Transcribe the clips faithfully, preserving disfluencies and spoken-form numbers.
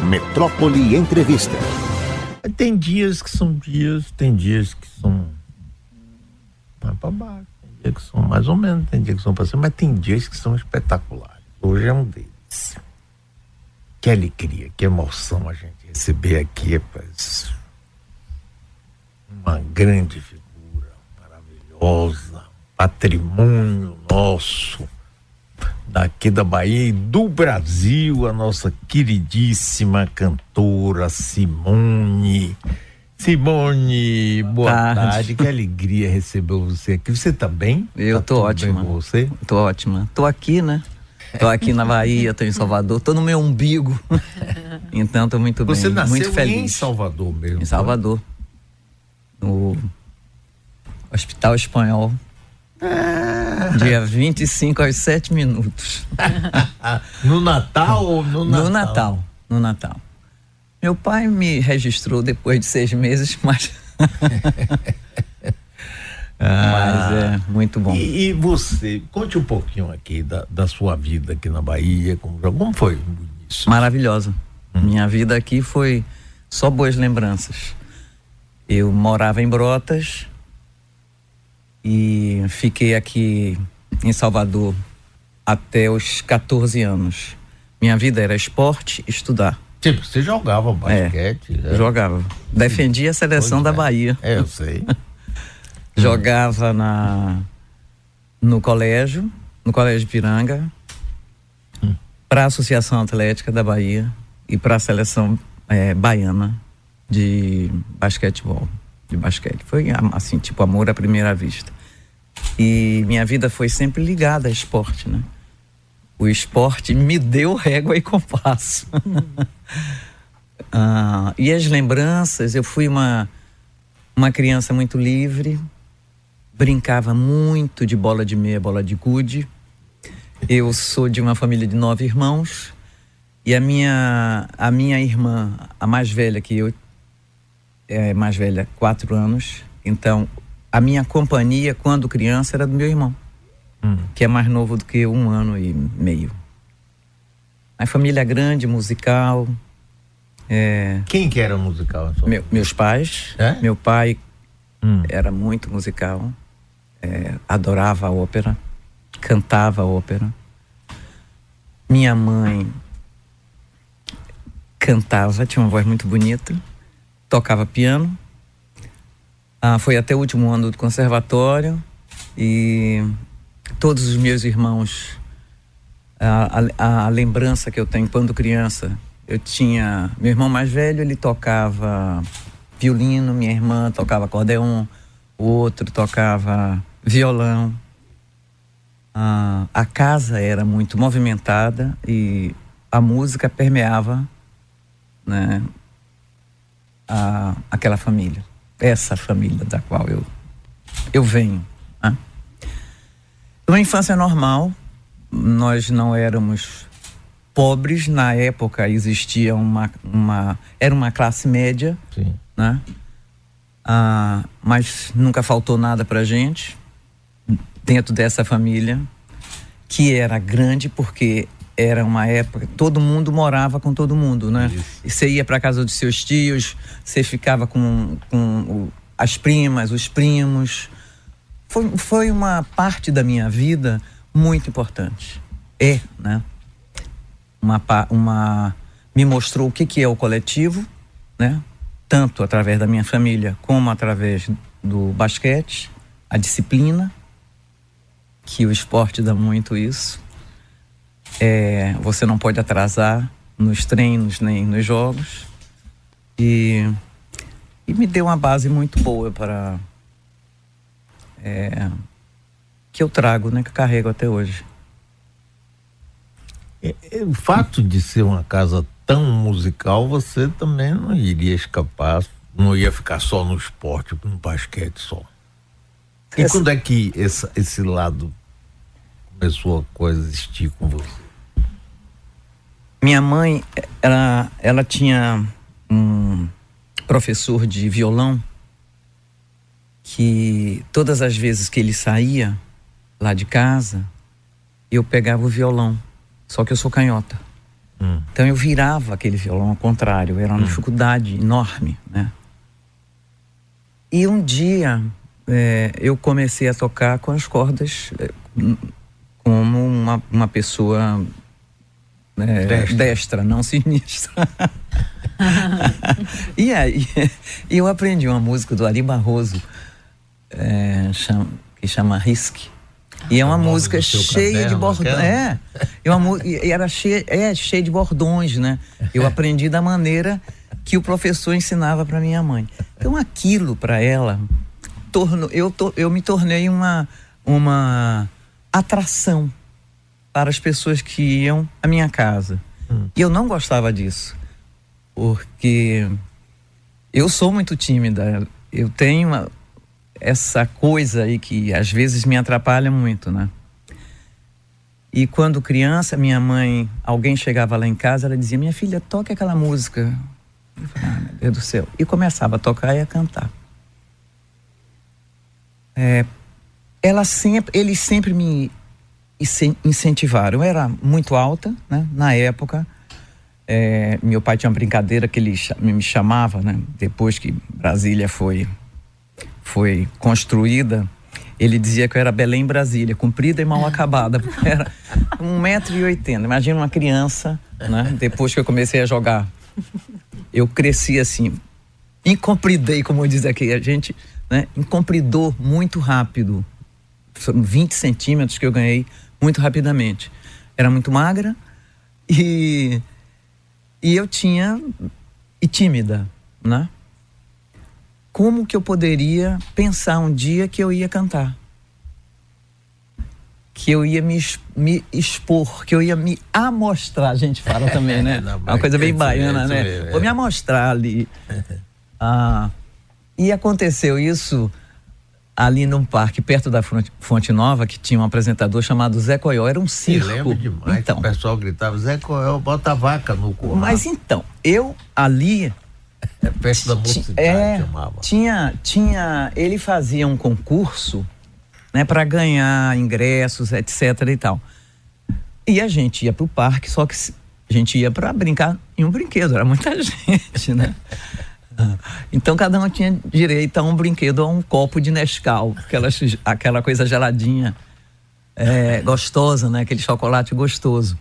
Metrópole Entrevista. Tem dias que são dias, tem dias que são mais para baixo, tem dias que são mais ou menos, tem dias que são para cima, mas tem dias que são espetaculares. Hoje é um deles. Que alegria, que emoção a gente receber aqui, rapaz, uma grande figura, maravilhosa, patrimônio nosso, daqui da Bahia e do Brasil, a nossa queridíssima cantora Simone. Simone, boa tarde. tarde. Que alegria receber você aqui. Você tá bem? Eu tá tô ótima. Bem com você? Tô ótima. Tô aqui, né? Tô aqui na Bahia, tô em Salvador, tô no meu umbigo. Então tô muito bem, você nasceu muito feliz. Em Salvador mesmo? Em Salvador. No Hospital Espanhol. Ah. Dia vinte e cinco às sete minutos. No Natal ou no Natal? No Natal, no Natal. Meu pai me registrou depois de seis meses, mas... Ah, mas é muito bom. E, e você, conte um pouquinho aqui da, da sua vida aqui na Bahia, como, como foi isso? Maravilhosa. Hum. Minha vida aqui foi só boas lembranças. Eu morava em Brotas e fiquei aqui em Salvador até os catorze anos. Minha vida era esporte e estudar. Tipo, você jogava basquete? É, jogava. Defendia a seleção pois da é. Bahia. É, eu sei. Jogava na, no colégio, no Colégio Ipiranga, hum. para a Associação Atlética da Bahia e para a seleção é, baiana de basquetebol, de basquete. Foi assim, tipo amor à primeira vista. E minha vida foi sempre ligada a esporte, né? O esporte me deu régua e compasso. ah, e as lembranças, eu fui uma, uma criança muito livre, brincava muito de bola de meia, bola de gude. Eu sou de uma família de nove irmãos e a minha, a minha irmã, a mais velha que eu, é mais velha, quatro anos. Então, a minha companhia, quando criança, era do meu irmão, hum. que é mais novo do que um ano e meio. A família grande, musical. É... Quem que era musical? Meu, meus pais. É? Meu pai hum. era muito musical. É, adorava a ópera, cantava a ópera. Minha mãe cantava, tinha uma voz muito bonita, tocava piano. Ah, foi até o último ano do conservatório e todos os meus irmãos, a, a, a lembrança que eu tenho quando criança, eu tinha, meu irmão mais velho, ele tocava violino, minha irmã tocava acordeon, o outro tocava violão. Ah, a casa era muito movimentada e a música permeava, né, a, aquela família, essa família da qual eu, eu venho. Né? Uma infância normal, nós não éramos pobres, na época existia uma, uma era uma classe média, Sim. né? Ah, mas nunca faltou nada pra gente dentro dessa família, que era grande porque era uma época, todo mundo morava com todo mundo, né? Isso. E você ia pra casa dos seus tios, você ficava com, com as primas, os primos. Foi, foi uma parte da minha vida muito importante. É, né? Uma, uma, me mostrou o que, que é o coletivo, né? Tanto através da minha família como através do basquete, a disciplina, que o esporte dá muito isso. É, você não pode atrasar nos treinos nem nos jogos. E, e me deu uma base muito boa para é, que eu trago, né, que eu carrego até hoje. É, é, o fato de ser uma casa tão musical, você também não iria escapar, não ia ficar só no esporte, no basquete só. E essa... quando é que esse, esse lado começou a coexistir com você? Minha mãe, ela, ela tinha um professor de violão que todas as vezes que ele saía lá de casa, eu pegava o violão, só que eu sou canhota. Hum. Então eu virava aquele violão ao contrário, era uma hum. dificuldade enorme, né? E um dia é, eu comecei a tocar com as cordas é, como uma, uma pessoa é, destra. destra, não sinistra. E aí eu aprendi uma música do Ari Barroso é, chama, que chama Risque. E é uma música cheia de bordões. É, é uma, e era cheia, é, cheia de bordões, né? Eu aprendi da maneira que o professor ensinava para minha mãe. Então aquilo para ela, torno, eu, to, eu me tornei uma, uma atração para as pessoas que iam à minha casa. Hum. E eu não gostava disso, porque eu sou muito tímida. Eu tenho uma, essa coisa aí que às vezes me atrapalha muito, né? E quando criança, minha mãe, alguém chegava lá em casa, ela dizia: minha filha, toque aquela música. Eu falava: ah, meu Deus do céu. E começava a tocar e a cantar. É, ela sempre, eles sempre me incentivaram. Eu era muito alta, né? Na época, é, meu pai tinha uma brincadeira que ele me chamava, né? Depois que Brasília foi, foi construída, ele dizia que eu era Belém Brasília, comprida e mal acabada, porque era um metro e oitenta. Imagina uma criança, né? Depois que eu comecei a jogar, eu cresci assim, encompridei, como diz aqui, a gente, né? Encompridou muito rápido. Foram vinte centímetros que eu ganhei muito rapidamente. Era muito magra e, e eu tinha, e tímida, né? Como que eu poderia pensar um dia que eu ia cantar? Que eu ia me, me expor, que eu ia me amostrar, a gente fala também, né? Não, uma coisa bem baiana, né? É. Vou me amostrar ali. Ah, e aconteceu isso ali num parque, perto da Fonte Nova, que tinha um apresentador chamado Zé Coió, era um circo. Eu lembro demais, então, o pessoal gritava: Zé Coió, bota a vaca no curral. Mas então, eu ali... É perto da mocidade, é, chamava. Tinha, tinha, ele fazia um concurso, né, para ganhar ingressos, etc e tal. E a gente ia pro parque, só que a gente ia para brincar em um brinquedo, era muita gente, né? Então cada um tinha direito a um brinquedo, a um copo de Nescau, aquela, aquela coisa geladinha, é, gostosa, né? Aquele chocolate gostoso.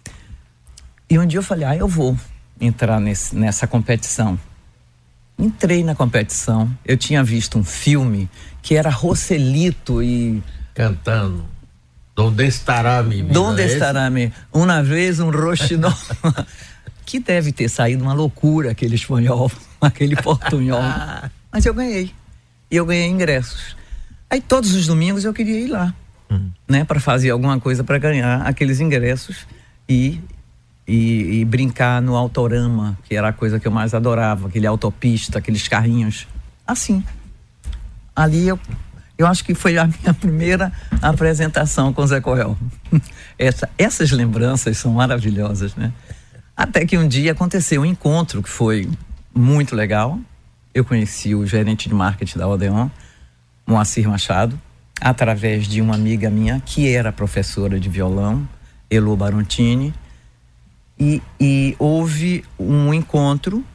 E um dia eu falei: ah, eu vou entrar nesse, nessa competição. Entrei na competição. Eu tinha visto um filme que era Roselito e... cantando Donde estará mi vida? Donde estará mi... Uma vez um roxinol. Que deve ter saído uma loucura aquele espanhol, aquele portunhol. Mas eu ganhei. E eu ganhei ingressos. Aí todos os domingos eu queria ir lá, hum. né? Para fazer alguma coisa para ganhar aqueles ingressos e... E, e brincar no Autorama, que era a coisa que eu mais adorava, aquele autopista, aqueles carrinhos, assim. Ali eu, eu acho que foi a minha primeira apresentação com o Zé Coió. Essa, essas lembranças são maravilhosas, né? Até que um dia aconteceu um encontro que foi muito legal. Eu conheci o gerente de marketing da Odeon, Moacir Machado, através de uma amiga minha que era professora de violão, Elo Barontini. E, e houve um encontro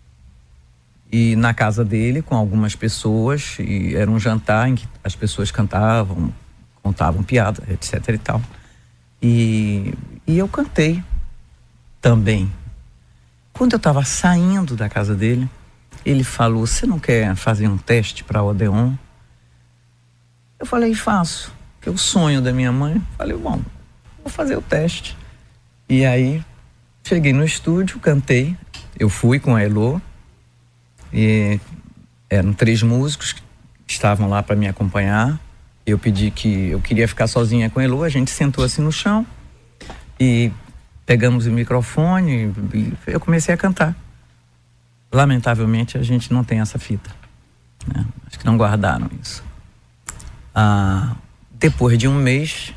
e na casa dele com algumas pessoas, e era um jantar em que as pessoas cantavam, contavam piada, etc e tal. E, e eu cantei também. Quando eu estava saindo da casa dele, ele falou: você não quer fazer um teste para a Odeon? Eu falei: faço, que é o sonho da minha mãe. Falei: bom, vou fazer o teste. E aí cheguei no estúdio, cantei, eu fui com a Elo, e eram três músicos que estavam lá para me acompanhar. Eu pedi que eu queria ficar sozinha com a Elo, a gente sentou assim no chão e pegamos o microfone e eu comecei a cantar. Lamentavelmente a gente não tem essa fita, né? Acho que não guardaram isso. Ah, depois de um mês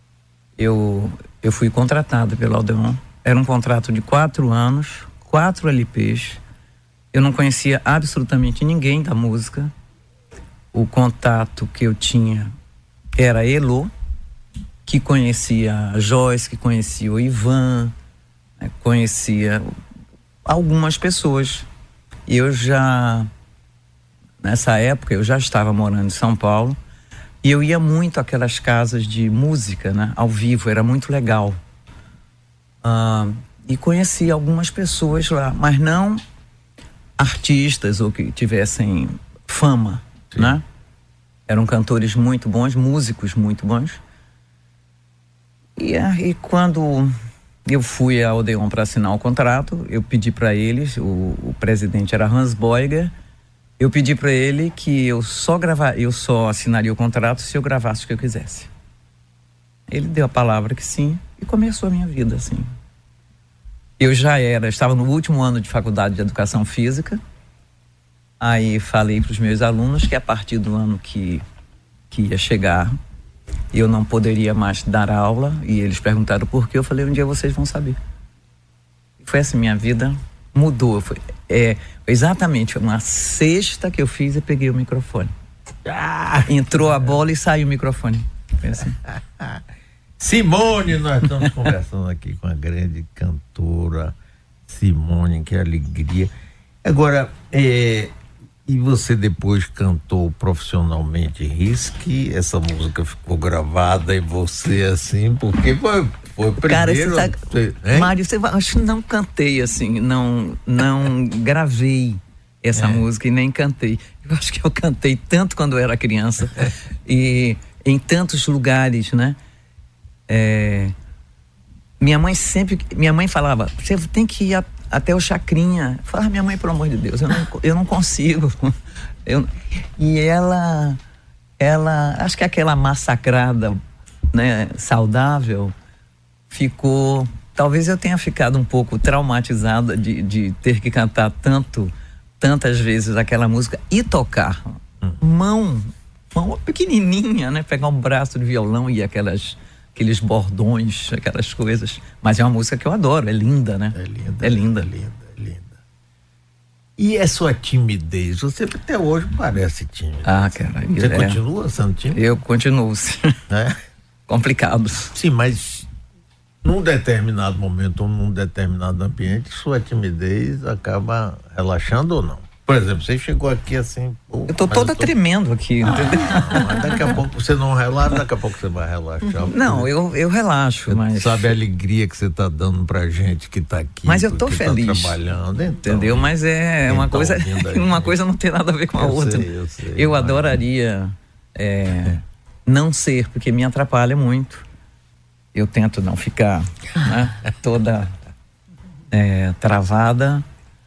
eu, eu fui contratado pela Odeon. Era um contrato de quatro anos, quatro L Ps. Eu não conhecia absolutamente ninguém da música. O contato que eu tinha era Elo, que conhecia a Joyce, que conhecia o Ivan, né, conhecia algumas pessoas. E eu já, nessa época, eu já estava morando em São Paulo e eu ia muito àquelas casas de música, né, ao vivo, era muito legal. Uh, e conheci algumas pessoas lá, mas não artistas ou que tivessem fama, sim, né? Eram cantores muito bons, músicos muito bons. E aí, quando eu fui ao Odeon para assinar o contrato, eu pedi para eles, o, o presidente era Hans Boiger, eu pedi para ele que eu só gravar, eu só assinaria o contrato se eu gravasse o que eu quisesse. Ele deu a palavra que sim e começou a minha vida assim. Eu já era, estava no último ano de faculdade de educação física. Aí falei para os meus alunos que a partir do ano que, que ia chegar, eu não poderia mais dar aula. E eles perguntaram por quê. Eu falei, um dia vocês vão saber. E foi assim, minha vida mudou. Foi, é, exatamente, uma sexta que eu fiz e peguei o microfone. Ah, entrou a bola e saiu o microfone. Foi assim. Simone, nós estamos conversando aqui com a grande cantora Simone, que alegria. Agora, é, e você depois cantou profissionalmente Risque, essa música ficou gravada e você assim, porque foi, foi primeiro... Cara, você sabe, você, Mário, você, acho que não cantei assim, não, não gravei essa é. música e nem cantei. Eu acho que eu cantei tanto quando eu era criança e em tantos lugares, né? É, minha mãe sempre, minha mãe falava, você tem que ir a, até o Chacrinha. Eu falava, minha mãe, pelo amor de Deus, eu não, eu não consigo. Eu, e ela, ela, acho que aquela massacrada, né, saudável, ficou, talvez eu tenha ficado um pouco traumatizada de, de ter que cantar tanto, tantas vezes aquela música e tocar. Mão, mão pequenininha, né, pegar um braço de violão e aquelas... aqueles bordões, aquelas coisas. Mas é uma música que eu adoro, é linda, né? É linda. É linda. É linda, é linda. E a sua timidez? Você até hoje parece tímido. Ah, cara. Você é, continua sendo tímido? Eu continuo. É? Complicado. Sim, mas num determinado momento ou num determinado ambiente, sua timidez acaba relaxando ou não? Por exemplo, você chegou aqui assim... Pô, eu tô toda eu tô... tremendo aqui, ah, entendeu? Mas daqui a pouco você não relaxa, daqui a pouco você vai relaxar. Não, eu, eu relaxo, mas... Sabe a alegria que você tá dando pra gente que tá aqui. Mas eu tô feliz. Tá trabalhando, então, entendeu? Mas é uma coisa... Uma coisa não tem nada a ver com a eu outra. Sei, eu sei, eu mas... adoraria é, não ser, porque me atrapalha muito. Eu tento não ficar, né, toda é, travada.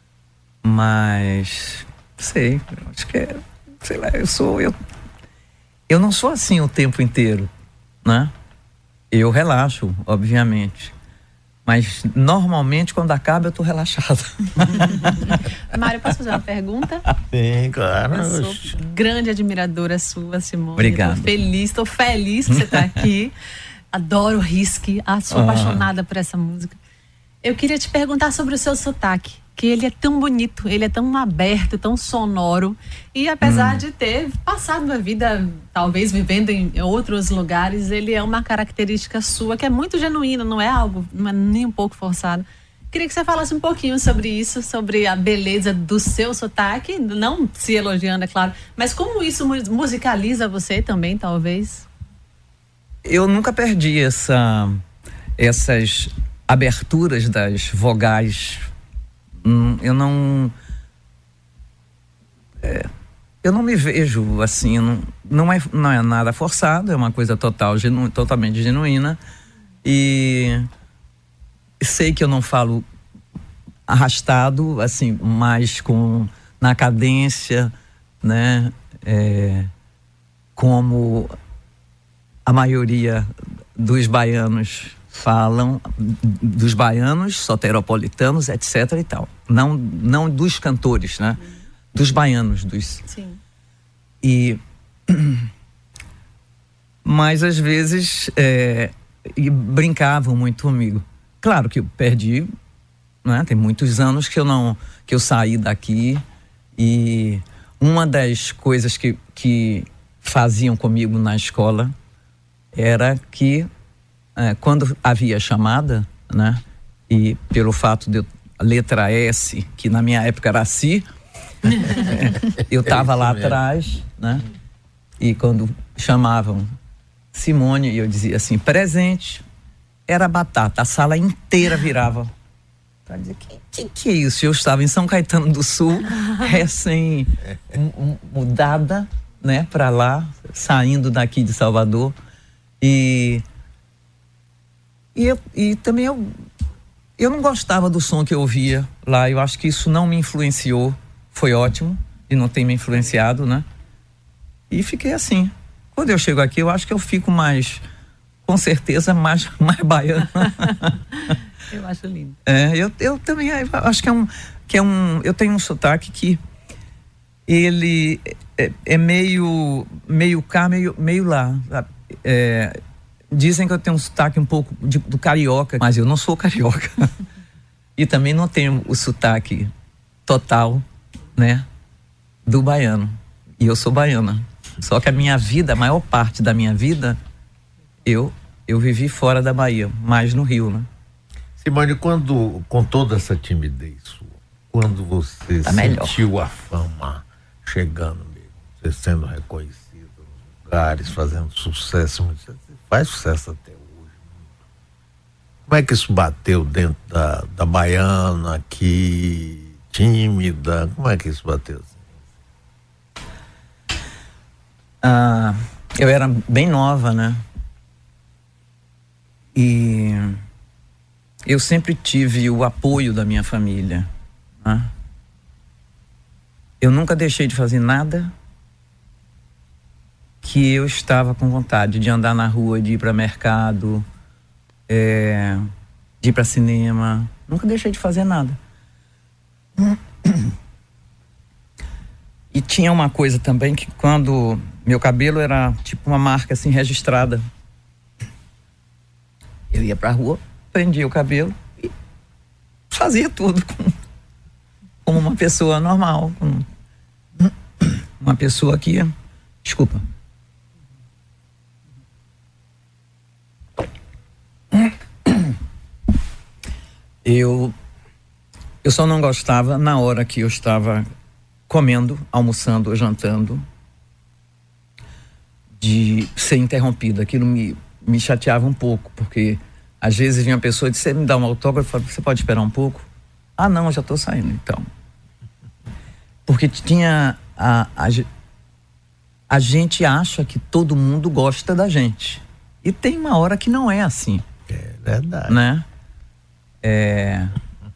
Mas, sei, acho que é, sei lá, eu sou, eu, eu não sou assim o tempo inteiro, né? Eu relaxo, obviamente, mas normalmente quando acaba eu tô relaxada. Mário, posso fazer uma pergunta? Sim, claro. Eu sou grande admiradora sua, Simone. Obrigado. Tô feliz, tô feliz que você tá aqui. Adoro o Risque, ah, sou ah. apaixonada por essa música. Eu queria te perguntar sobre o seu sotaque. Que ele é tão bonito, ele é tão aberto, tão sonoro. E apesar hum. de ter passado a vida, talvez vivendo em outros lugares, ele é uma característica sua que é muito genuína, não é algo, não é nem um pouco forçado. Queria que você falasse um pouquinho sobre isso, sobre a beleza do seu sotaque, não se elogiando, é claro, mas como isso musicaliza você também, talvez? Eu nunca perdi essa, essas aberturas das vogais. Hum, eu não é, eu não me vejo assim, não, não, é, não é nada forçado, é uma coisa total, genu, totalmente genuína e sei que eu não falo arrastado, assim, mas com, na cadência, né, é, como a maioria dos baianos falam, dos baianos, soteropolitanos, etc e tal. Não, não dos cantores, né? Dos baianos, dos... Sim. E... Mas, às vezes, é, e brincavam muito comigo. Claro que eu perdi, né? Tem muitos anos que eu não... que eu saí daqui e uma das coisas que, que faziam comigo na escola era que É, quando havia chamada, né, E pelo fato de eu, a letra S, que na minha época era Si, eu estava é lá mesmo. Atrás, né? E quando chamavam Simone, eu dizia assim, presente, era batata, a sala inteira virava. Para dizer, que, que que é isso? Eu estava em São Caetano do Sul, recém mudada, né, para lá, saindo daqui de Salvador. E, e, eu, e também eu, eu não gostava do som que eu ouvia lá, eu acho que isso não me influenciou, foi ótimo, e não tem me influenciado, né? E fiquei assim. Quando eu chego aqui, eu acho que eu fico mais, com certeza, mais, mais baiana. Eu acho lindo. É, eu, eu também eu acho que é um, que é um, eu tenho um sotaque que ele é, é meio, meio cá, meio, meio lá. É, dizem que eu tenho um sotaque um pouco de, do carioca, mas eu não sou carioca. E também não tenho o sotaque total, né, do baiano. E eu sou baiana. Só que a minha vida, a maior parte da minha vida, eu, eu vivi fora da Bahia, mais no Rio, né? Simone, quando, com toda essa timidez sua, quando você tá sentiu melhor. A fama chegando mesmo, você sendo reconhecido nos lugares, fazendo sucesso, você faz sucesso até hoje. Como é que isso bateu dentro da, da baiana aqui, tímida? Como é que isso bateu? Ah, eu era bem nova, né? E eu sempre tive o apoio da minha família, né? Eu nunca deixei de fazer nada que eu estava com vontade de andar na rua, de ir para mercado, é, de ir para cinema. Nunca deixei de fazer nada. E tinha uma coisa também que quando meu cabelo era tipo uma marca assim registrada, eu ia pra rua, prendia o cabelo e fazia tudo como, como uma pessoa normal, como uma pessoa que, desculpa, eu eu só não gostava na hora que eu estava comendo, almoçando ou jantando, de ser interrompido. Aquilo me, me chateava um pouco, porque às vezes vinha uma pessoa e disse, você me dá um autógrafo, você pode esperar um pouco? Ah, não, eu já estou saindo, então. Porque tinha a, a, a gente acha que todo mundo gosta da gente, e tem uma hora que não é assim. É verdade, né? É,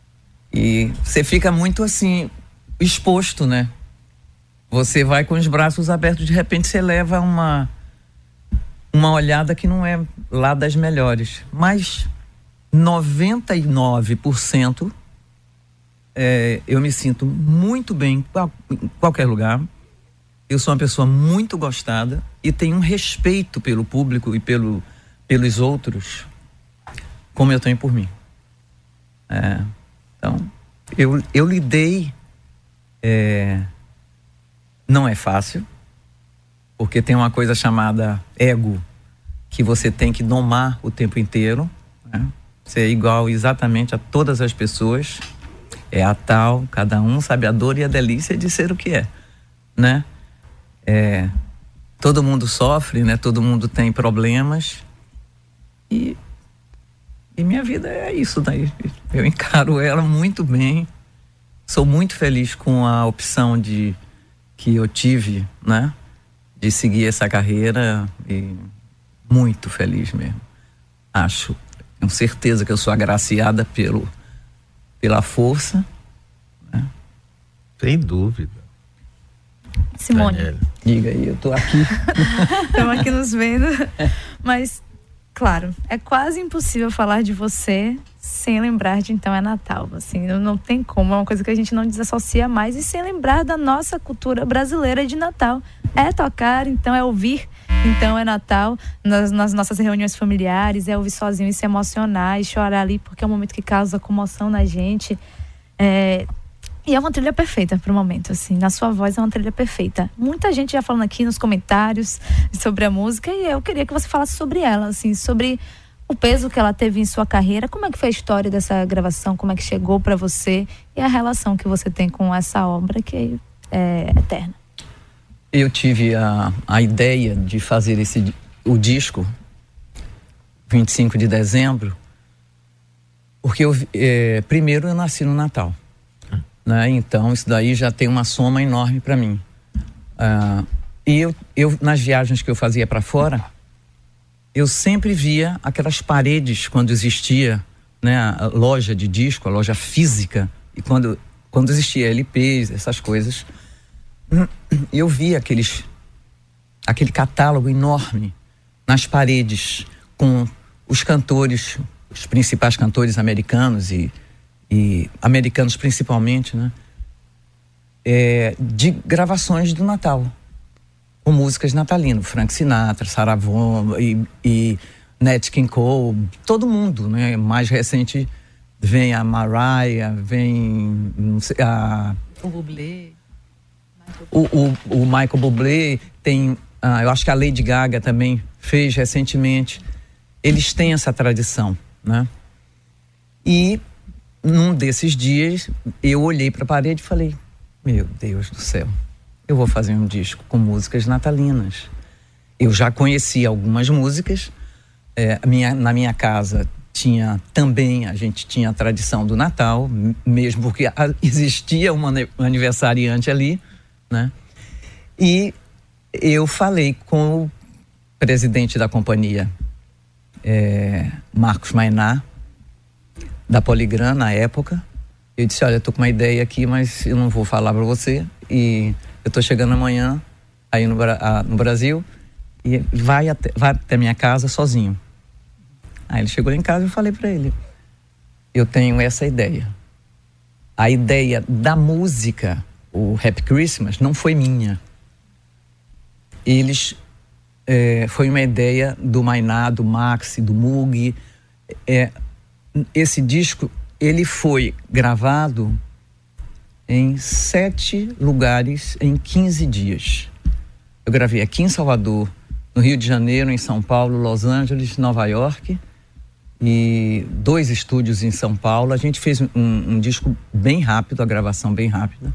e você fica muito assim exposto, né? Você vai com os braços abertos, de repente você leva uma uma olhada que não é lá das melhores, mas noventa e nove por cento é, eu me sinto muito bem em qualquer lugar. Eu sou uma pessoa muito gostada e tenho um respeito pelo público e pelo, pelos outros como eu tenho por mim. É, então eu, eu lidei é, não é fácil, porque tem uma coisa chamada ego, que você tem que domar o tempo inteiro, né? Você é igual exatamente a todas as pessoas, é a tal, cada um sabe a dor e a delícia de ser o que é, né? É, todo mundo sofre, né? Todo mundo tem problemas e, e minha vida é isso daí. Eu encaro ela muito bem, sou muito feliz com a opção de que eu tive, né? De seguir essa carreira, e muito feliz mesmo. Acho, tenho certeza que eu sou agraciada pelo, pela força, né? Sem dúvida. Simone. Daniela. Diga aí, eu tô aqui. Estamos aqui nos vendo. Mas, claro, é quase impossível falar de você sem lembrar de Então é Natal. Assim, não, não tem como, é uma coisa que a gente não desassocia mais, e sem lembrar da nossa cultura brasileira de Natal. É tocar, então é ouvir, então é Natal, nas, nas nossas reuniões familiares, é ouvir sozinho e se emocionar e chorar ali, porque é um momento que causa comoção na gente. É, e é uma trilha perfeita pro momento, assim, na sua voz é uma trilha perfeita. Muita gente já falando aqui nos comentários sobre a música, e eu queria que você falasse sobre ela, assim, sobre o peso que ela teve em sua carreira. Como é que foi a história dessa gravação? Como é que chegou para você? E a relação que você tem com essa obra que é eterna? Eu tive a, a ideia de fazer esse, o disco vinte e cinco de dezembro, porque eu, é, primeiro eu nasci no Natal, né? Então isso daí já tem uma soma enorme para mim. Ah, e eu, eu, nas viagens que eu fazia para fora, eu sempre via aquelas paredes quando existia, né, a loja de disco, a loja física, e quando, quando existia L Ps, essas coisas, eu via aqueles, aquele catálogo enorme nas paredes com os cantores, os principais cantores americanos e, e americanos principalmente, né, é, de gravações do Natal, com músicas natalinas, Frank Sinatra, Sarah Vaughan e, e Nat King Cole, todo mundo, né? Mais recente vem a Mariah, vem não sei, a o Bublé, o, o, o Michael Bublé, tem, ah, eu acho que a Lady Gaga também fez recentemente. Eles têm essa tradição, né? E num desses dias eu olhei para a parede e falei: meu Deus do céu, eu vou fazer um disco com músicas natalinas. Eu já conhecia algumas músicas, é, minha, na minha casa tinha também, a gente tinha a tradição do Natal, mesmo porque existia uma aniversariante ali, né? E eu falei com o presidente da companhia, é, Marcos Mainá, da Poligram, na época. Eu disse: olha, eu tô com uma ideia aqui, mas eu não vou falar para você, e eu tô chegando amanhã aí no, a, no Brasil, e vai até, vai até minha casa sozinho. Aí ele chegou em casa e eu falei para ele: eu tenho essa ideia. A ideia da música, o Happy Christmas, não foi minha. Eles, é, foi uma ideia do Mainá, do Maxi, do Mug. É, esse disco, ele foi gravado em sete lugares em quinze dias. Eu gravei aqui em Salvador, no Rio de Janeiro, em São Paulo, Los Angeles, Nova York, e dois estúdios em São Paulo. A gente fez um, um disco bem rápido, a gravação bem rápida,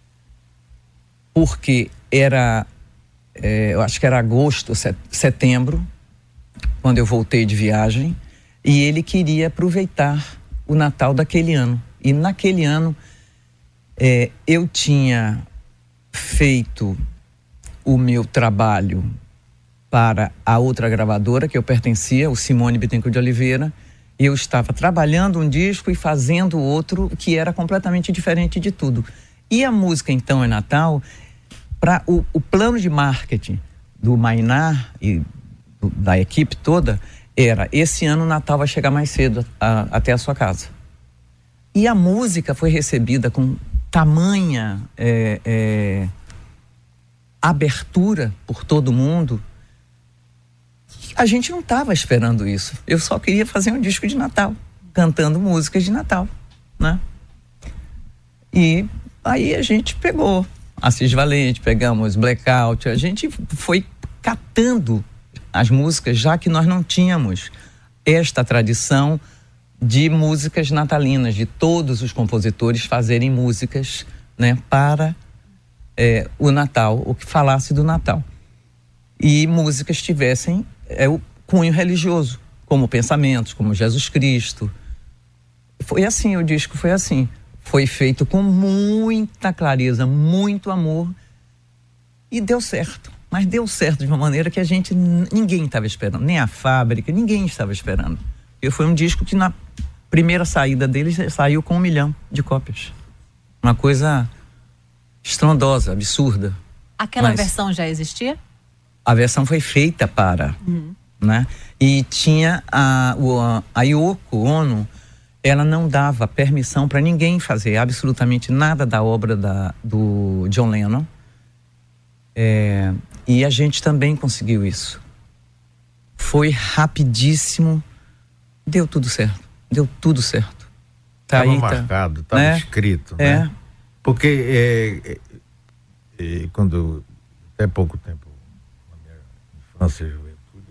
porque era, é, eu acho que era agosto, setembro, quando eu voltei de viagem, e ele queria aproveitar o Natal daquele ano. E naquele ano, É, eu tinha feito o meu trabalho para a outra gravadora que eu pertencia, o Simone Bittencourt de Oliveira. Eu estava trabalhando um disco e fazendo outro que era completamente diferente de tudo. E a música Então é Natal, para o, o plano de marketing do Mainá e do, da equipe toda, era: esse ano o Natal vai chegar mais cedo a, até a sua casa. E a música foi recebida com tamanha é, é, abertura por todo mundo. A gente não estava esperando isso. Eu só queria fazer um disco de Natal, cantando músicas de Natal, né? E aí a gente pegou Assis Valente, pegamos Blackout, a gente foi catando as músicas, já que nós não tínhamos esta tradição de músicas natalinas, de todos os compositores fazerem músicas, né, para é, o Natal, ou que falasse do Natal. E músicas tivessem é, o cunho religioso, como Pensamentos, como Jesus Cristo. Foi assim, o disco foi assim. Foi feito com muita clareza, muito amor, e deu certo. Mas deu certo de uma maneira que a gente, ninguém estava esperando, nem a fábrica, ninguém estava esperando. E foi um disco que na primeira saída deles saiu com um milhão de cópias. Uma coisa estrondosa, absurda. Aquela Mas versão já existia? a versão foi feita para, uhum. né? E tinha a, a Yoko Ono, ela não dava permissão para ninguém fazer absolutamente nada da obra da, do John Lennon. É, e a gente também conseguiu isso. Foi rapidíssimo. Deu tudo certo, deu tudo certo. Tá tava aí, marcado, tá, tava né? escrito, é. né? Porque é, é, é, quando, até pouco tempo, na minha infância e juventude,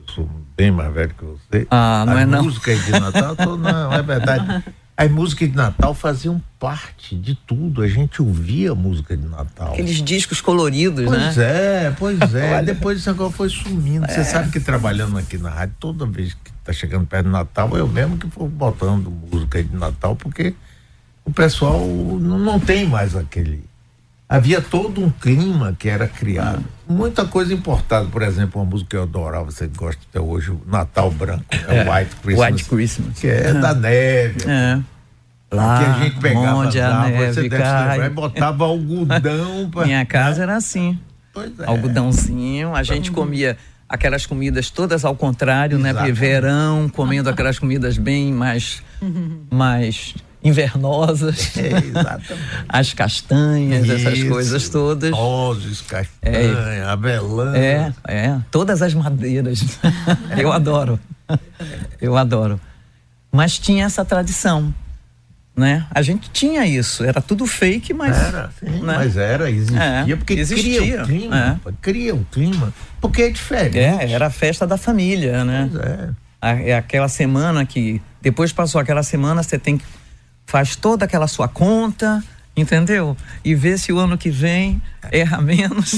eu sou bem mais velho que você. Ah, não as é não. As músicas de Natal, tô, não, é verdade. As músicas de Natal faziam parte de tudo, a gente ouvia música de Natal. Aqueles discos coloridos, pois né? Pois é, pois é. Depois isso agora foi sumindo. É. Você sabe que trabalhando aqui na rádio, toda vez que tá chegando perto do Natal, eu mesmo que vou botando música de Natal, porque o pessoal não, não tem mais aquele... Havia todo um clima que era criado. Muita coisa importada, por exemplo, uma música que eu adorava, você gosta até hoje, o Natal Branco, é, o White Christmas. White Christmas. Que é, é. da neve. É. Lá, que a gente pegava onde a lá, neve você deve cai. lembrar, e botava algodão. Pra... Minha casa era assim. Pois é. Algodãozinho, a gente comia aquelas comidas todas ao contrário, exatamente, né? Porque verão, comendo aquelas comidas bem mais, mais invernosas. É, exatamente. As castanhas, isso, essas coisas todas. Nozes, castanha, é, avelã. É, é, todas as madeiras. Eu adoro. Eu adoro. Mas tinha essa tradição, né? A gente tinha isso, era tudo fake, mas... Era, sim, né? mas era, existia, é, porque existia, cria o clima, é. cria o clima, porque é diferente. É, era a festa da família, né? Pois é. A, é aquela semana que, depois passou aquela semana, você tem que, faz toda aquela sua conta, entendeu? E vê se o ano que vem erra menos.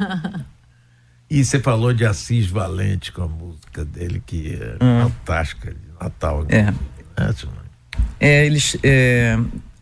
E você falou de Assis Valente com a música dele, que é hum. fantástica, de Natal. É. É, eles, é,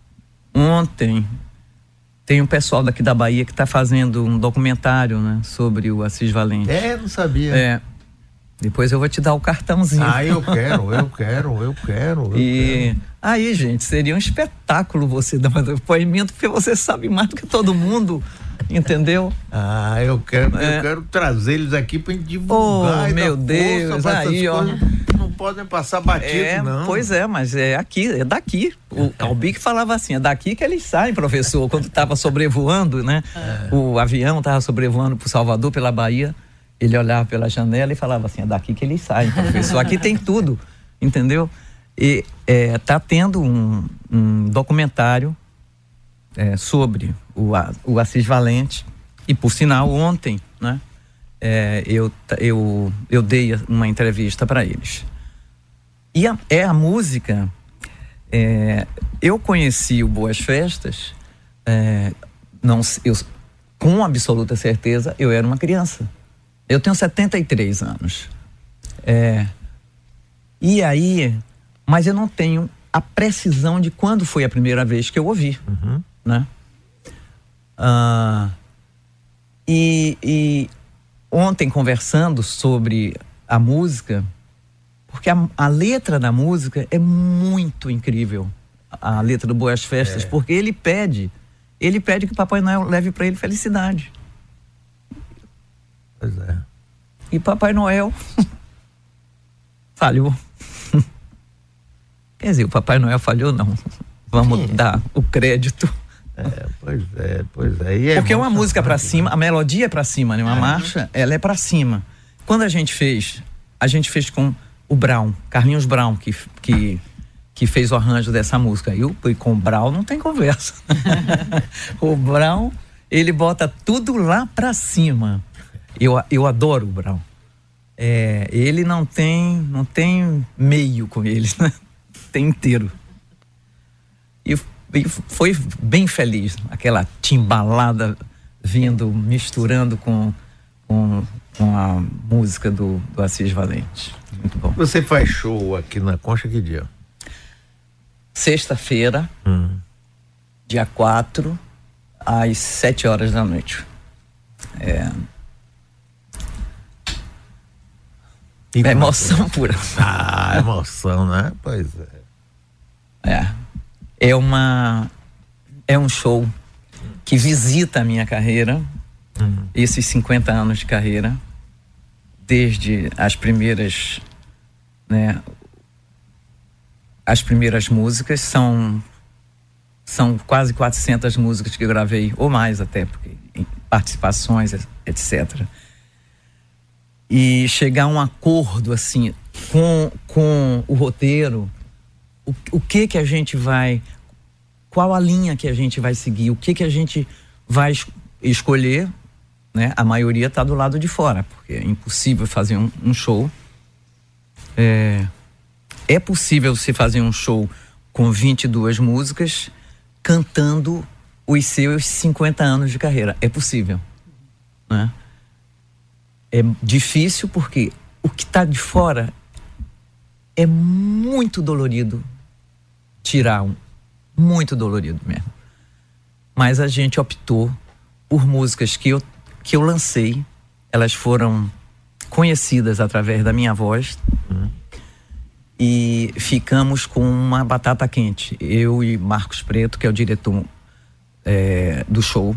ontem tem um pessoal daqui da Bahia que está fazendo um documentário, né, sobre o Assis Valente. É, não sabia. É. Depois eu vou te dar o cartãozinho. Ah, eu quero, eu quero, eu quero. Eu e quero. Aí, gente, seria um espetáculo você dar um depoimento, porque você sabe mais do que todo mundo, entendeu? Ah, eu quero, é. eu quero trazer eles aqui para divulgar. Oh, meu Deus, aí, ó. Não podem passar batido, é, não. Pois é, mas é aqui, é daqui. O Calbic falava assim, é daqui que eles saem, professor, quando estava sobrevoando, né? É. O avião estava sobrevoando para Salvador, pela Bahia. Ele olhava pela janela e falava assim, é daqui que eles saem, professor. Aqui tem tudo, entendeu? E é, tá tendo um, um documentário é, sobre o, o Assis Valente. E, por sinal, ontem, né, é, eu, eu, eu dei uma entrevista para eles. E a, é a música... É, eu conheci o Boas Festas, é, não, eu, com absoluta certeza, eu era uma criança. Eu tenho setenta e três anos. É, e aí, mas eu não tenho a precisão de quando foi a primeira vez que eu ouvi, uhum. né? Ah, e, e ontem, conversando sobre a música, porque a, a letra da música é muito incrível, a letra do Boas Festas, é. porque ele pede, ele pede que o Papai Noel leve para ele felicidade. Pois é. E Papai Noel falhou. Quer dizer, o Papai Noel falhou, não. Vamos Sim. dar o crédito. É, pois é, pois é. E é porque uma música para cima, a melodia é para cima, né? Uma é. marcha, ela é para cima. Quando a gente fez, a gente fez com o Brown, Carlinhos Brown, que, que, que fez o arranjo dessa música. E, o, e com o Brown não tem conversa. O Brown, ele bota tudo lá para cima. Eu, eu adoro o Brown. É, ele não tem, não tem meio com ele, né? Tem inteiro. E, e foi bem feliz, aquela timbalada vindo, misturando com, com, com a música do, do Assis Valente. Muito bom. Você faz show aqui na Concha que dia? Sexta-feira, hum. dia quatro, às sete horas da noite. É... É emoção pura. Ah, emoção, né? Pois é. É. É uma... É um show que visita a minha carreira, uhum. esses cinquenta anos de carreira, desde as primeiras, né? As primeiras músicas são... São quase quatrocentas músicas que eu gravei, ou mais até, porque participações, etcétera. E chegar a um acordo assim com, com o roteiro, o, o que que a gente vai, qual a linha que a gente vai seguir, o que que a gente vai es- escolher, né? A maioria está do lado de fora, porque é impossível fazer um, um show É, é possível você fazer um show com vinte e duas músicas cantando os seus cinquenta anos de carreira. É possível, né? É difícil porque o que está de fora é muito dolorido tirar um, muito dolorido mesmo. Mas a gente optou por músicas que eu, que eu lancei, elas foram conhecidas através da minha voz, hum. e ficamos com uma batata quente. Eu e Marcos Preto, que é o diretor é, do show.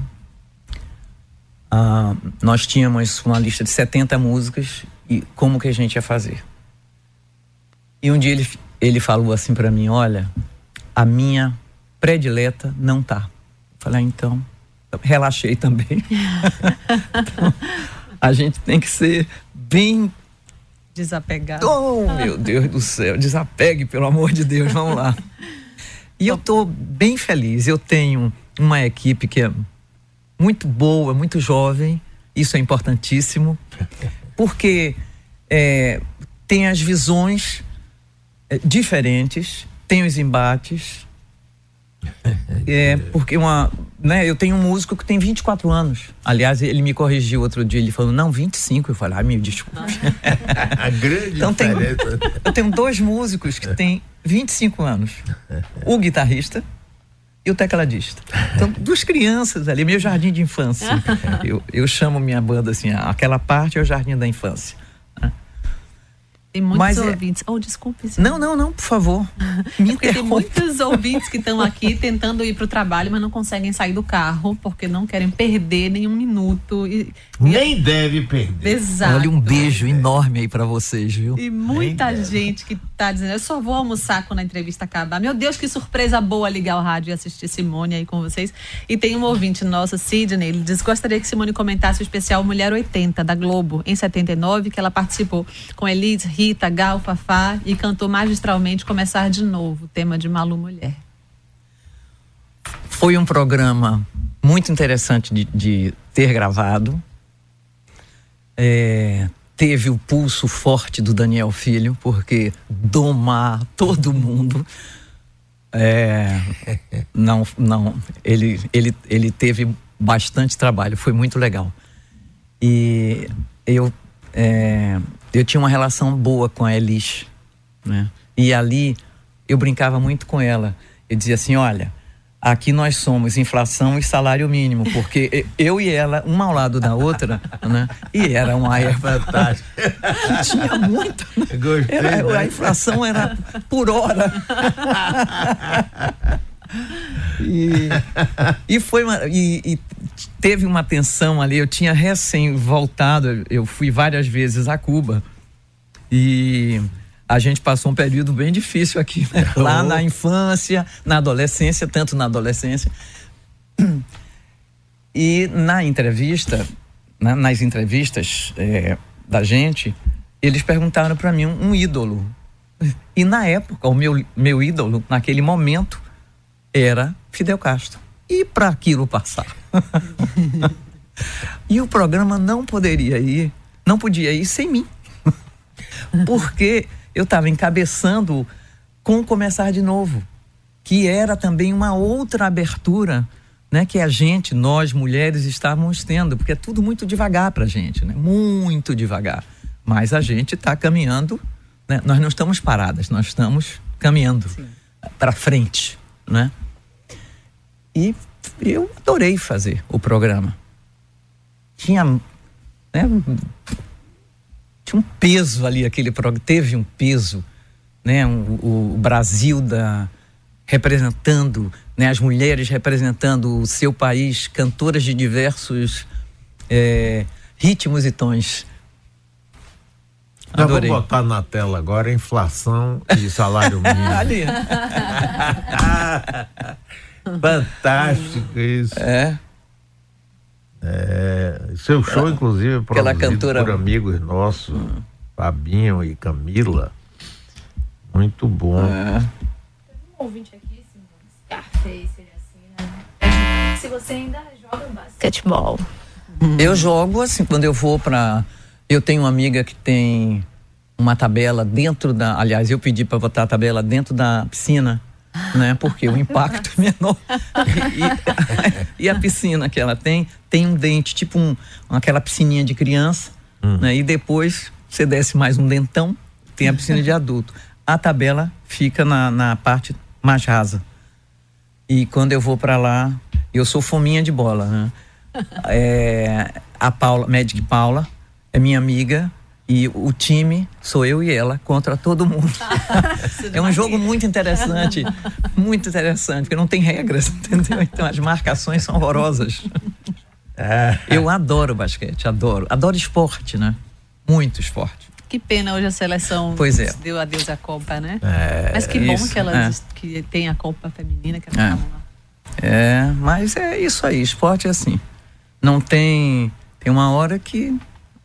Ah, nós tínhamos uma lista de setenta músicas e como que a gente ia fazer. E um dia ele, ele falou assim para mim, olha, a minha predileta não tá. Eu falei, ah, então, relaxei também. Então, a gente tem que ser bem desapegado. Oh, meu Deus do céu, desapegue, pelo amor de Deus, vamos lá. E eu tô bem feliz, eu tenho uma equipe que é muito boa, muito jovem, isso é importantíssimo, porque é, tem as visões é, diferentes, tem os embates, é, porque uma, né, eu tenho um músico que tem vinte e quatro anos, aliás, ele me corrigiu outro dia, ele falou, não, vinte e cinco, eu falei, ah, me desculpe. A grande então, tenho, diferença. Eu tenho dois músicos que têm vinte e cinco anos, o guitarrista e o tecladista. Então, duas crianças ali, meu jardim de infância. Eu, eu chamo minha banda assim, aquela parte é o jardim da infância. Tem muitos Mas ouvintes. É... Oh, desculpe. Senhor. Não, não, não, por favor. Me é tem muitos ouvintes que estão aqui tentando ir para o trabalho, mas não conseguem sair do carro porque não querem perder nenhum minuto. E, Nem e... deve perder. Exato. Olha, um beijo enorme aí para vocês, viu? E muita gente que tá dizendo, eu só vou almoçar quando a entrevista acabar. Meu Deus, que surpresa boa ligar o rádio e assistir Simone aí com vocês. E tem um ouvinte nosso, Sidney, ele diz, gostaria que Simone comentasse o especial Mulher oitenta, da Globo, em setenta e nove, que ela participou com Elis, Rita, Gal, Fafá e cantou magistralmente Começar de Novo, tema de Malu Mulher. Foi um programa muito interessante de, de ter gravado. É, teve o pulso forte do Daniel Filho, porque domar todo mundo. É, não, não, ele, ele, ele teve bastante trabalho, foi muito legal. E eu, é, eu tinha uma relação boa com a Elis, né? E ali eu brincava muito com ela. Eu dizia assim, olha, aqui nós somos inflação e salário mínimo, porque eu e ela, uma ao lado da outra, né? E era uma época fantástica. Tinha muito. Gostei, era, né? A inflação era por hora. E, e foi uma, e, e teve uma tensão ali. Eu tinha recém voltado, eu fui várias vezes a Cuba e a gente passou um período bem difícil aqui, né? Lá na infância, na adolescência, tanto na adolescência. E na entrevista, na, nas entrevistas é, da gente, eles perguntaram para mim um, um ídolo. E na época, o meu, meu ídolo, naquele momento, era Fidel Castro. E para aquilo passar? E o programa não poderia ir, não podia ir sem mim. Porque eu estava encabeçando com Começar de Novo, que era também uma outra abertura, né, que a gente, nós mulheres, estávamos tendo, porque é tudo muito devagar pra gente, né? Muito devagar. Mas a gente está caminhando, né? Nós não estamos paradas, nós estamos caminhando para frente, né? E eu adorei fazer o programa. Tinha, né, tinha um peso ali, aquele programa, teve um peso, né? O, o Brasil da, representando, né? As mulheres representando o seu país, cantoras de diversos é, ritmos e tons. Eu vou botar na tela agora inflação e salário mínimo. Ali. Fantástico isso. É. É, seu show, aquela, inclusive, produzido cantora... por amigos nossos, hum. Fabinho e Camila. Muito bom. É. Tem um ouvinte aqui, Scarface, assim, né? Se você ainda joga basquetebol. Hum. Eu jogo, assim, quando eu vou pra... Eu tenho uma amiga que tem uma tabela dentro da, aliás, eu pedi para botar a tabela dentro da piscina, né? Porque o impacto é menor. E, e a piscina que ela tem, tem um dente, tipo um, aquela piscininha de criança, hum. né? E depois você desce mais um dentão, tem a piscina de adulto. A tabela fica na, na parte mais rasa. E quando eu vou para lá, eu sou fominha de bola, né? É, a Paula, Magic Paula, é minha amiga. E o time sou eu e ela contra todo mundo. É um jogo muito interessante, muito interessante, porque não tem regras, entendeu? Então as marcações são horrorosas. É. Eu adoro basquete, adoro. Adoro esporte, né? Muito esporte. Que pena hoje a seleção pois é. deu adeus à Copa, né? É, mas que bom isso, que elas é. que tem a Copa feminina, que elas é. estavam lá. É, mas é isso aí, esporte é assim. Não tem, tem uma hora que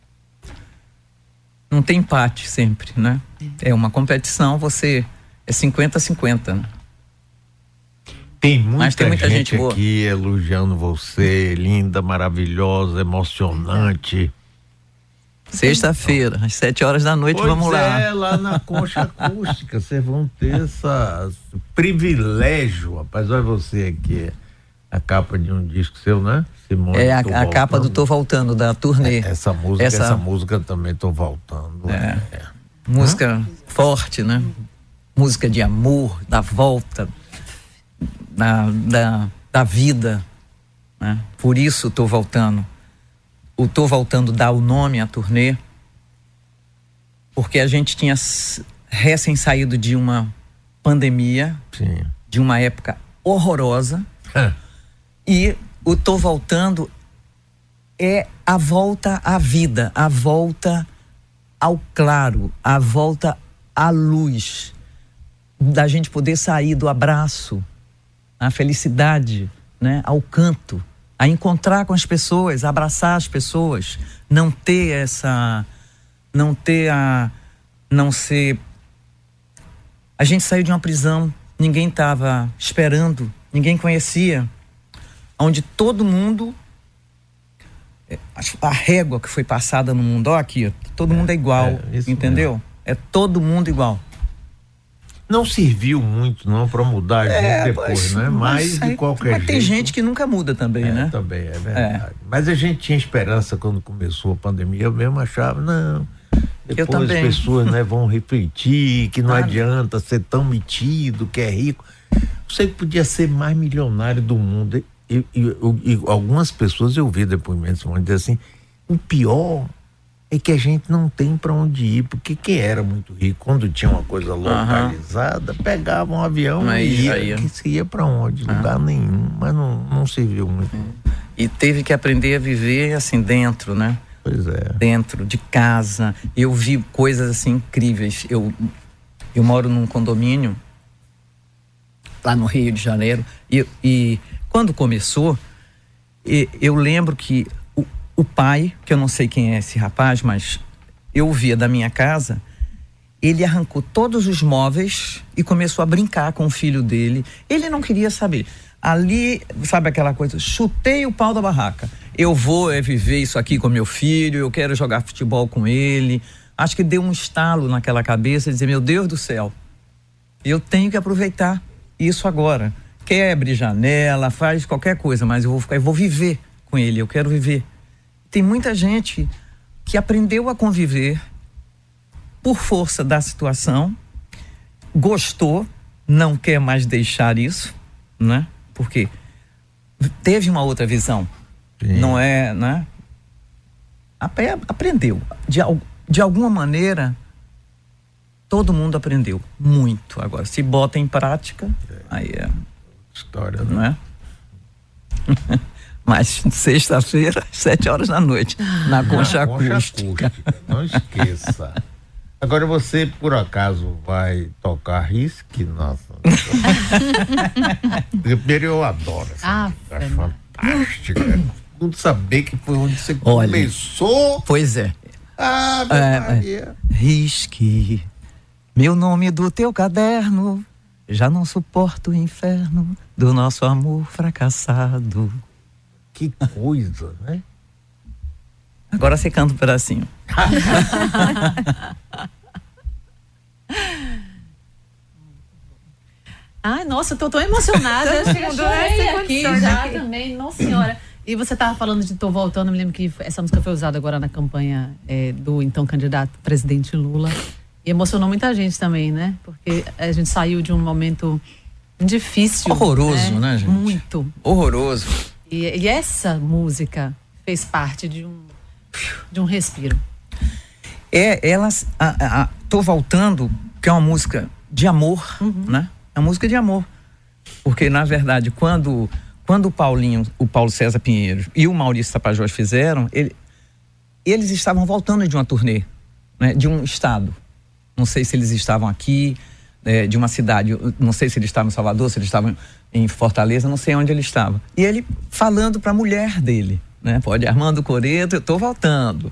não tem empate sempre, né? É uma competição, você é cinquenta a cinquenta, né? Tem muita, Mas tem muita gente, gente aqui elogiando você, linda, maravilhosa, emocionante. Sexta-feira, às sete horas da noite, pois vamos lá. É, lá na Concha Acústica, vocês vão ter esse privilégio, rapaz, olha você aqui, a capa de um disco seu, né? Simone, é a, a capa do Tô Voltando, da turnê. É, essa música, essa... essa música também Tô Voltando. É. É. Música Hã? forte, né? Música de amor, da volta, da, da, da vida, né? Por isso Tô Voltando. O Tô Voltando dá o nome à turnê, porque a gente tinha recém saído de uma pandemia, Sim. de uma época horrorosa, e o Tô Voltando é a volta à vida, a volta ao claro, a volta à luz, da gente poder sair do abraço, à felicidade, né, ao canto, a encontrar com as pessoas, a abraçar as pessoas, não ter essa, não ter a, não ser, a gente saiu de uma prisão, ninguém estava esperando, ninguém conhecia, onde todo mundo, a régua que foi passada no mundo, ó aqui, todo é, mundo é igual, é, entendeu? Mesmo. É todo mundo igual. Não serviu muito não para mudar a gente é, depois, mas, né? Mas, mas de qualquer mas jeito. Mas tem gente que nunca muda também, é, né? Também, é verdade. É. Mas a gente tinha esperança quando começou a pandemia, eu mesmo achava, não, depois as pessoas, né, vão refletir, que não ah, adianta ser tão metido, que é rico. Você podia ser mais milionário do mundo. E, e, e, e algumas pessoas eu vi depoimentos vão dizer assim, o pior é que a gente não tem para onde ir, porque quem era muito rico, quando tinha uma coisa localizada, uhum. pegava um avião mas e ia, ia. Que se ia para onde? Uhum. Lugar nenhum, mas não, não serviu muito. Uhum. E teve que aprender a viver assim dentro, né? Pois é. Dentro de casa. Eu vi coisas assim incríveis. Eu, eu moro num condomínio lá no Rio de Janeiro e, e quando começou, e, eu lembro que o, o pai, que eu não sei quem é esse rapaz, mas eu via da minha casa, ele arrancou todos os móveis e começou a brincar com o filho dele. Ele não queria saber. Ali, sabe aquela coisa, chutei o pau da barraca. Eu vou é, viver isso aqui com meu filho, eu quero jogar futebol com ele. Acho que deu um estalo naquela cabeça e dizer, meu Deus do céu, eu tenho que aproveitar isso agora. Quebre janela, faz qualquer coisa, mas eu vou ficar, eu vou viver com ele, eu quero viver. Tem muita gente que aprendeu a conviver por força da situação, gostou, não quer mais deixar isso, né? Porque teve uma outra visão. Sim. Não é, né? Aprendeu. De, de alguma maneira, todo mundo aprendeu muito. Agora, se bota em prática, é. aí é... História, não é? Mas sexta-feira, sete horas da noite, na Concha Acústica. Não esqueça. Agora você, por acaso, vai tocar Risque? Nossa. Primeiro eu adoro essa ah, música, acho fantástica. Tudo saber que foi onde você Olha, começou. Pois é. Ah, meu é, Maria. É. Risque, meu nome do teu caderno. Já não suporto o inferno do nosso amor fracassado. Que coisa, né? Agora você canta um pedacinho. Ai, nossa, eu tô tão emocionada. Eu chego, chorei aqui já também, nossa senhora. E você tava falando de Tô Voltando, eu me lembro que essa música foi usada agora na campanha é, do então candidato presidente Lula. E emocionou muita gente também, né? Porque a gente saiu de um momento difícil. Horroroso, né, né gente? Muito. Horroroso. E, e essa música fez parte de um, de um respiro. É, elas. A, a, Tô Voltando, que é uma música de amor, uhum. né? É uma música de amor. Porque, na verdade, quando, quando o Paulinho, o Paulo César Pinheiro e o Maurício Tapajós fizeram, ele, eles estavam voltando de uma turnê, né? De um estado. Não sei se eles estavam aqui, é, de uma cidade, não sei se eles estavam em Salvador, se eles estavam em Fortaleza, não sei onde ele estava. E ele falando para a mulher dele, né? Pode, Armando Coreto, eu tô voltando.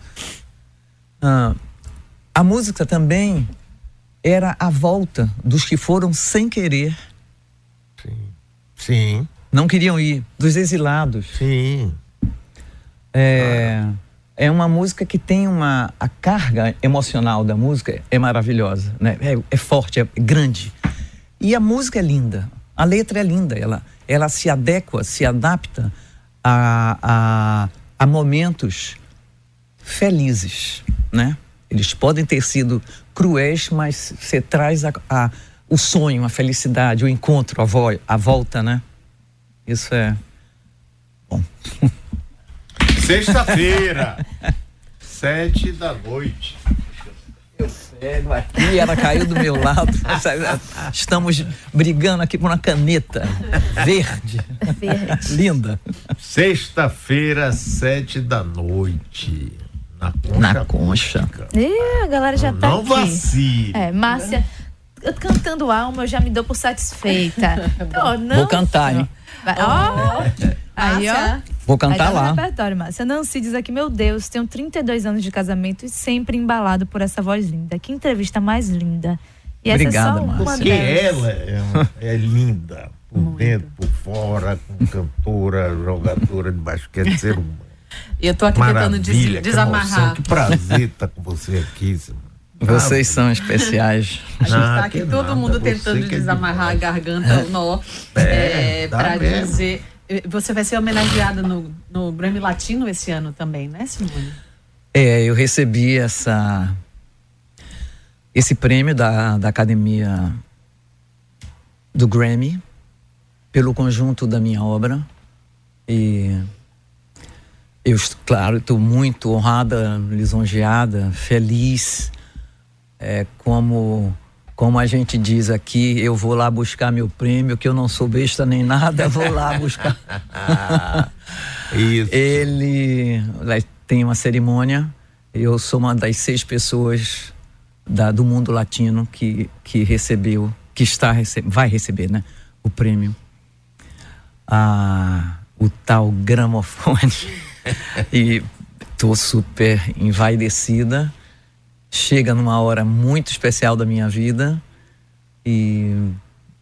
Ah, a música também era a volta dos que foram sem querer. Sim. Sim. Não queriam ir, dos exilados. Sim. É, ah. é uma música que tem uma... A carga emocional da música é maravilhosa, né? É, é forte, é grande. E a música é linda. A letra é linda. Ela, ela se adequa, se adapta a, a, a momentos felizes, né? Eles podem ter sido cruéis, mas você traz a, a, o sonho, a felicidade, o encontro, a, vo, a volta, né? Isso é bom. Sexta-feira, sete da noite. Eu pego aqui, ela caiu do meu lado. Estamos brigando aqui por uma caneta verde. Verde. Linda. Sexta-feira, sete da noite. Na Concha. Na Concha. E a galera já tá Não aqui. vacile. É, Márcia, eu cantando Alma, eu já me dou por satisfeita. Então, não, vou cantar, hein? Vai, ó. Aí, ó. Vou cantar Aí tá lá. no repertório, Márcia. Nancy diz aqui, meu Deus, tenho trinta e dois anos de casamento e sempre embalado por essa voz linda. Que entrevista mais linda. E Obrigada, essa é só uma Porque delas. ela é, é linda, por Muito. dentro, por fora, com cantora, jogadora de basquete, ser humano. E eu tô aqui tentando des Maravilha, desamarrar. Que emoção, que prazer estar com você aqui. Vocês são especiais. A gente Ah, tá aqui que todo nada, mundo você tentando que é desamarrar a demais. garganta, o nó, É, é, dá pra mesmo. dizer. Você vai ser homenageada no, no Grammy Latino esse ano também, né, Simone? É, eu recebi essa esse prêmio da, da Academia do Grammy pelo conjunto da minha obra e eu, claro, estou muito honrada, lisonjeada, feliz, é, como como a gente diz aqui, eu vou lá buscar meu prêmio, que eu não sou besta nem nada, vou lá buscar. Isso. Ele tem uma cerimônia, eu sou uma das seis pessoas da, do mundo latino que, que recebeu, que está rece, vai receber, né, o prêmio. Ah, o tal gramofone. E tô super envaidecida. Chega numa hora muito especial da minha vida e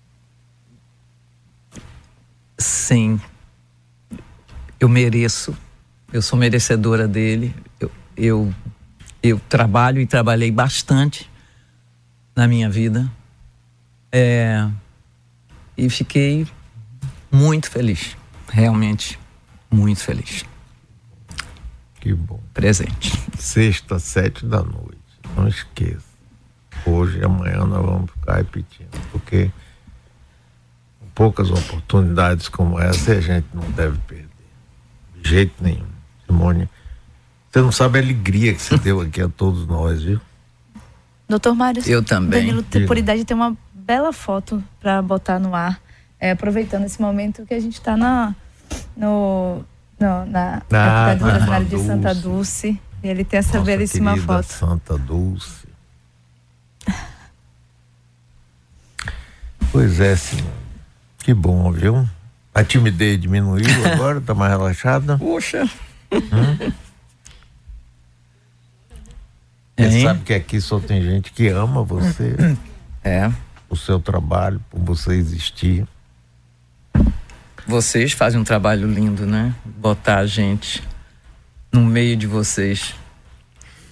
sim, eu mereço, eu sou merecedora dele, eu, eu, eu trabalho e trabalhei bastante na minha vida, é, e fiquei muito feliz, realmente muito feliz. Que bom. Presente. Sexta, sete da noite. Não esqueça. Hoje e amanhã nós vamos ficar repetindo, porque poucas oportunidades como essa a gente não deve perder. De jeito nenhum. Simone, você não sabe a alegria que você deu aqui a todos nós, viu? Doutor Mário, Eu também. Danilo, por idade, tem uma bela foto para botar no ar, é, aproveitando esse momento que a gente está na, no, no, na Ah, época do aniversário de Dulce. Santa Dulce. E ele tem essa Nossa belíssima querida foto. Santa Dulce. Pois é, Simone. Que bom, viu? A timidez diminuiu agora, tá mais relaxada. Poxa. Hum? Você Hein? sabe que aqui só tem gente que ama você, É. o seu trabalho, por você existir. Vocês fazem um trabalho lindo, né? Botar a gente no meio de vocês.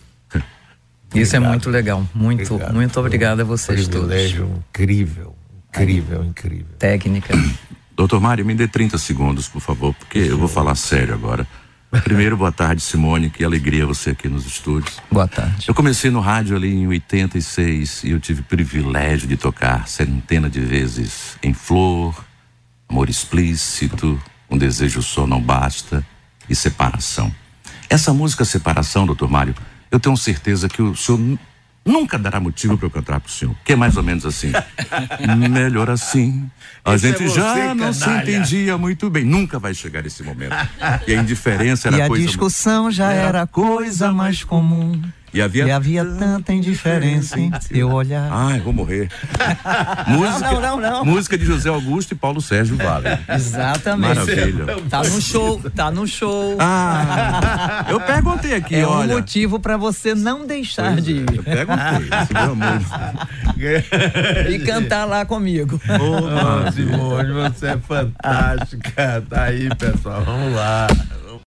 Isso é Obrigado. muito legal. Muito, Obrigado. muito obrigado a vocês um todos. privilégio incrível, Incrível, incrível. Técnica. Doutor Mário, me dê trinta segundos, por favor, porque eu vou falar sério agora. Primeiro, boa tarde, Simone, que alegria você aqui nos estúdios. Boa tarde. Eu comecei no rádio ali em oitenta e seis e eu tive o privilégio de tocar centenas de vezes em Flor, Amor Explícito, Um Desejo Só Não Basta e Separação. Essa música Separação, doutor Mário, eu tenho certeza que o senhor nunca dará motivo para eu cantar pro senhor, que é mais ou menos assim. Melhor assim. A Esse gente é você, já não se canalha. entendia muito bem. Nunca vai chegar esse momento. E a indiferença era E a coisa... discussão já era a coisa mais comum. E havia... E havia tanta indiferença em seu olhar. Ai, vou morrer. música, Não, não, não. Música de José Augusto e Paulo Sérgio Vale. Exatamente. Maravilha. Tá no show, tá no show. Ah, eu perguntei aqui, é olha. um motivo pra você não deixar Pois de é, ir. eu perguntei, esse meu amor. E cantar lá comigo. Ô, Simone, você é fantástica. Tá aí, pessoal. Vamos lá.